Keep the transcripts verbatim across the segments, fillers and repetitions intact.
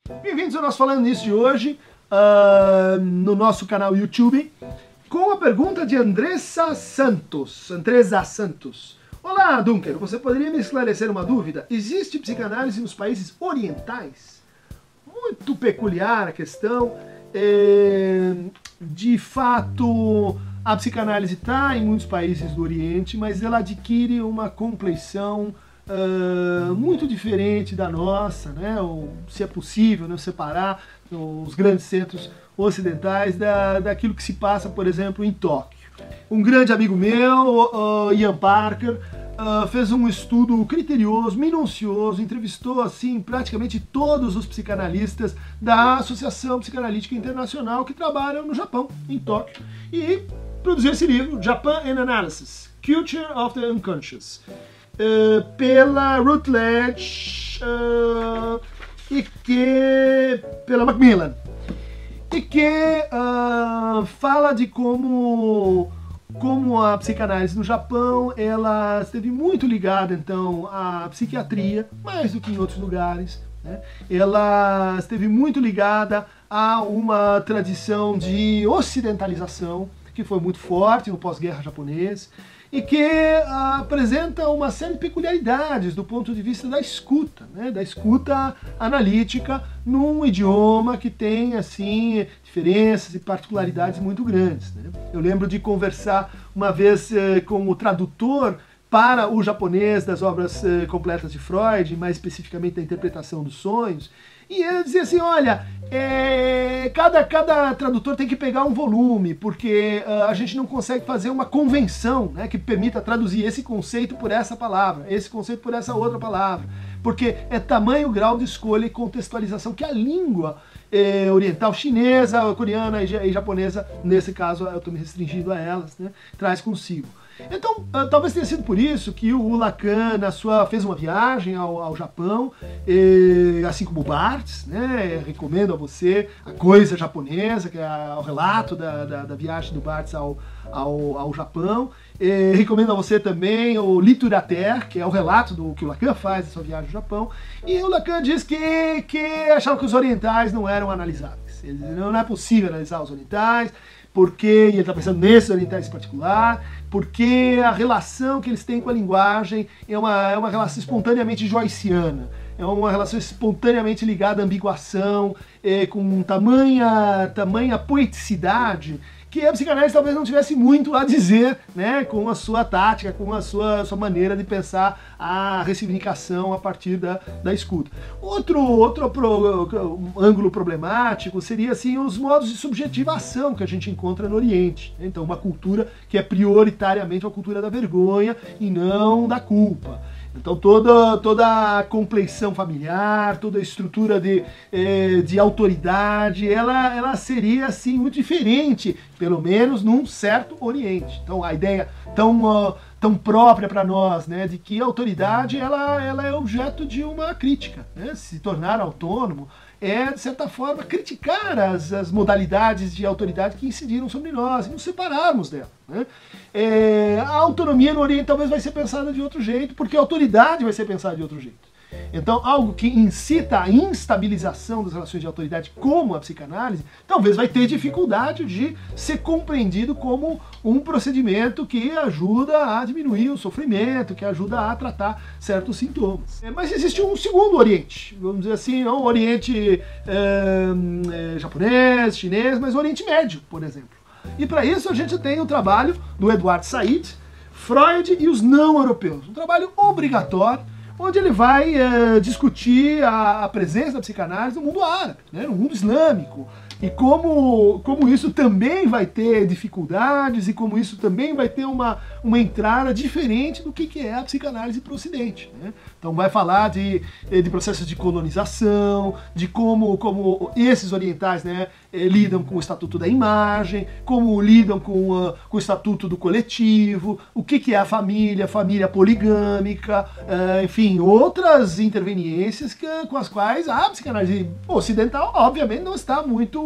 Bem-vindos ao nosso Falando Nisso de hoje, uh, no nosso canal YouTube, com a pergunta de Andressa Santos. Andressa Santos. Olá, Dunker, você poderia me esclarecer uma dúvida? Existe psicanálise nos países orientais? Muito peculiar a questão. É, de fato, a psicanálise está em muitos países do Oriente, mas ela adquire uma compleição Uh, muito diferente da nossa, né? Ou, se é possível, né, separar os grandes centros ocidentais da, daquilo que se passa, por exemplo, em Tóquio. Um grande amigo meu, uh, Ian Parker, uh, fez um estudo criterioso, minucioso, entrevistou assim praticamente todos os psicanalistas da Associação Psicanalítica Internacional que trabalham no Japão, em Tóquio, e produziu esse livro, Japan and Analysis, Culture of the Unconscious. Uh, pela Routledge uh, e que pela Macmillan, e que uh, fala de como como a psicanálise no Japão ela esteve muito ligada então à psiquiatria, mais do que em outros lugares, né? Ela esteve muito ligada a uma tradição de ocidentalização que foi muito forte no pós-guerra japonês, e que uh, apresenta uma série de peculiaridades do ponto de vista da escuta, né? Da escuta analítica num idioma que tem assim diferenças e particularidades muito grandes, né? Eu lembro de conversar uma vez eh, com o tradutor para o japonês das obras eh, completas de Freud, mais especificamente da interpretação dos sonhos, e ele dizia assim, olha, é, cada, cada tradutor tem que pegar um volume, porque uh, a gente não consegue fazer uma convenção, né, que permita traduzir esse conceito por essa palavra, esse conceito por essa outra palavra, porque é tamanho, grau de escolha e contextualização que a língua é, oriental chinesa, coreana e japonesa, nesse caso eu estou me restringindo a elas, né, traz consigo. Então, uh, talvez tenha sido por isso que o Lacan na sua, fez uma viagem ao, ao Japão, e, assim como o Barthes, né, recomendo a você A Coisa Japonesa, que é o relato da, da, da viagem do Barthes ao, ao, ao Japão. E, recomendo a você também o Littérature, que é o relato do que o Lacan faz da sua viagem ao Japão. E o Lacan diz que, que achava que os orientais não eram analisáveis. Ele, não é possível analisar os orientais, porque, e ele está pensando nesses orientais em particular, porque a relação que eles têm com a linguagem é uma, é uma relação espontaneamente joyciana, é uma relação espontaneamente ligada à ambiguação, é, com tamanha, tamanha poeticidade, que a psicanálise talvez não tivesse muito a dizer, né, com a sua tática, com a sua, sua maneira de pensar a ressignificação a partir da, da escuta. Outro, outro pro, um ângulo problemático seria assim, os modos de subjetivação que a gente encontra no Oriente. Então, uma cultura que é prioritariamente uma cultura da vergonha e não da culpa. Então toda, toda a compleição familiar, toda a estrutura de, eh, de autoridade, ela, ela seria assim muito diferente, pelo menos num certo Oriente. Então a ideia tão, uh, tão própria para nós, né, de que a autoridade ela, ela é objeto de uma crítica, né? Se tornar autônomo é, de certa forma, criticar as, as modalidades de autoridade que incidiram sobre nós e nos separarmos dela, né? É, a autonomia no Oriente talvez vai ser pensada de outro jeito, porque a autoridade vai ser pensada de outro jeito. Então, algo que incita a instabilização das relações de autoridade, como a psicanálise, talvez vai ter dificuldade de ser compreendido como um procedimento que ajuda a diminuir o sofrimento, que ajuda a tratar certos sintomas. Mas existe um segundo Oriente, vamos dizer assim, não o Oriente é, é, japonês, chinês, mas o Oriente Médio, por exemplo. E para isso a gente tem o trabalho do Edward Said, Freud e os não-europeus, um trabalho obrigatório, onde ele vai é, discutir a, a presença da psicanálise no mundo árabe, né, no mundo islâmico, e como, como isso também vai ter dificuldades e como isso também vai ter uma, uma entrada diferente do que, que é a psicanálise para o Ocidente, né? Então vai falar de, de processos de colonização, de como, como esses orientais, né, lidam com o estatuto da imagem, como lidam com, uh, com o estatuto do coletivo, o que, que é a família, a família poligâmica, uh, enfim, outras interveniências que, com as quais a psicanálise ocidental, obviamente, não está muito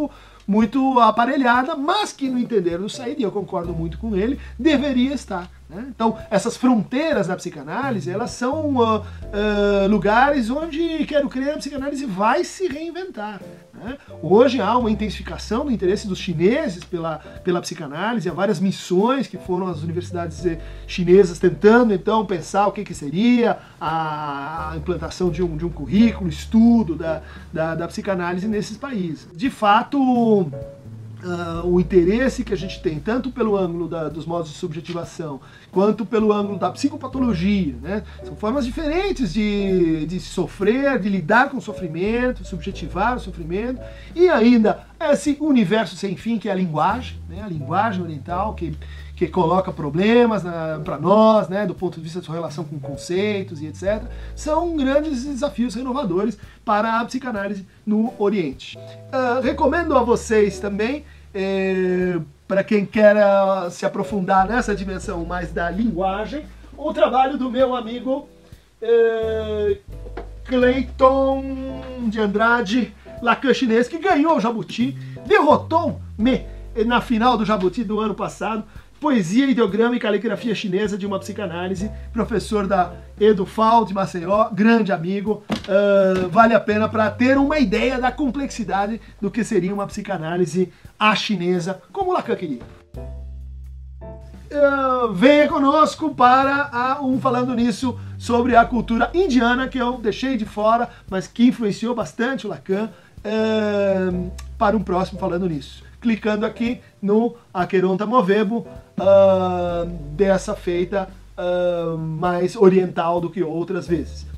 muito aparelhada, mas que no entender do Said, e eu concordo muito com ele, deveria estar. Né? Então, essas fronteiras da psicanálise, elas são uh, uh, lugares onde, quero crer, a psicanálise vai se reinventar. Né? Hoje há uma intensificação do interesse dos chineses pela, pela psicanálise, há várias missões que foram às universidades chinesas tentando, então, pensar o que, que seria a implantação de um, de um currículo, estudo da, da, da psicanálise nesses países. De fato, Uh, o interesse que a gente tem, tanto pelo ângulo da, dos modos de subjetivação, quanto pelo ângulo da psicopatologia, né? São formas diferentes de, de sofrer, de lidar com o sofrimento, subjetivar o sofrimento, e ainda esse universo sem fim que é a linguagem, né? A linguagem oriental que, que coloca problemas para nós, né? Do ponto de vista de sua relação com conceitos e etcétera, são grandes desafios renovadores para a psicanálise no Oriente. Uh, recomendo a vocês também, eh, para quem quer uh, se aprofundar nessa dimensão mais da linguagem, o trabalho do meu amigo eh, Clayton de Andrade, Lacan chinês, que ganhou o Jabuti, derrotou-me na final do Jabuti do ano passado. Poesia, ideograma e caligrafia chinesa de uma psicanálise, professor da EduFal de Maceió, grande amigo, uh, vale a pena para ter uma ideia da complexidade do que seria uma psicanálise à chinesa, como Lacan queria. Uh, venha conosco para a, um Falando Nisso sobre a cultura indiana, que eu deixei de fora, mas que influenciou bastante o Lacan, uh, para um próximo Falando Nisso. Clicando aqui no Acheronta Movebo, uh, dessa feita uh, mais oriental do que outras vezes.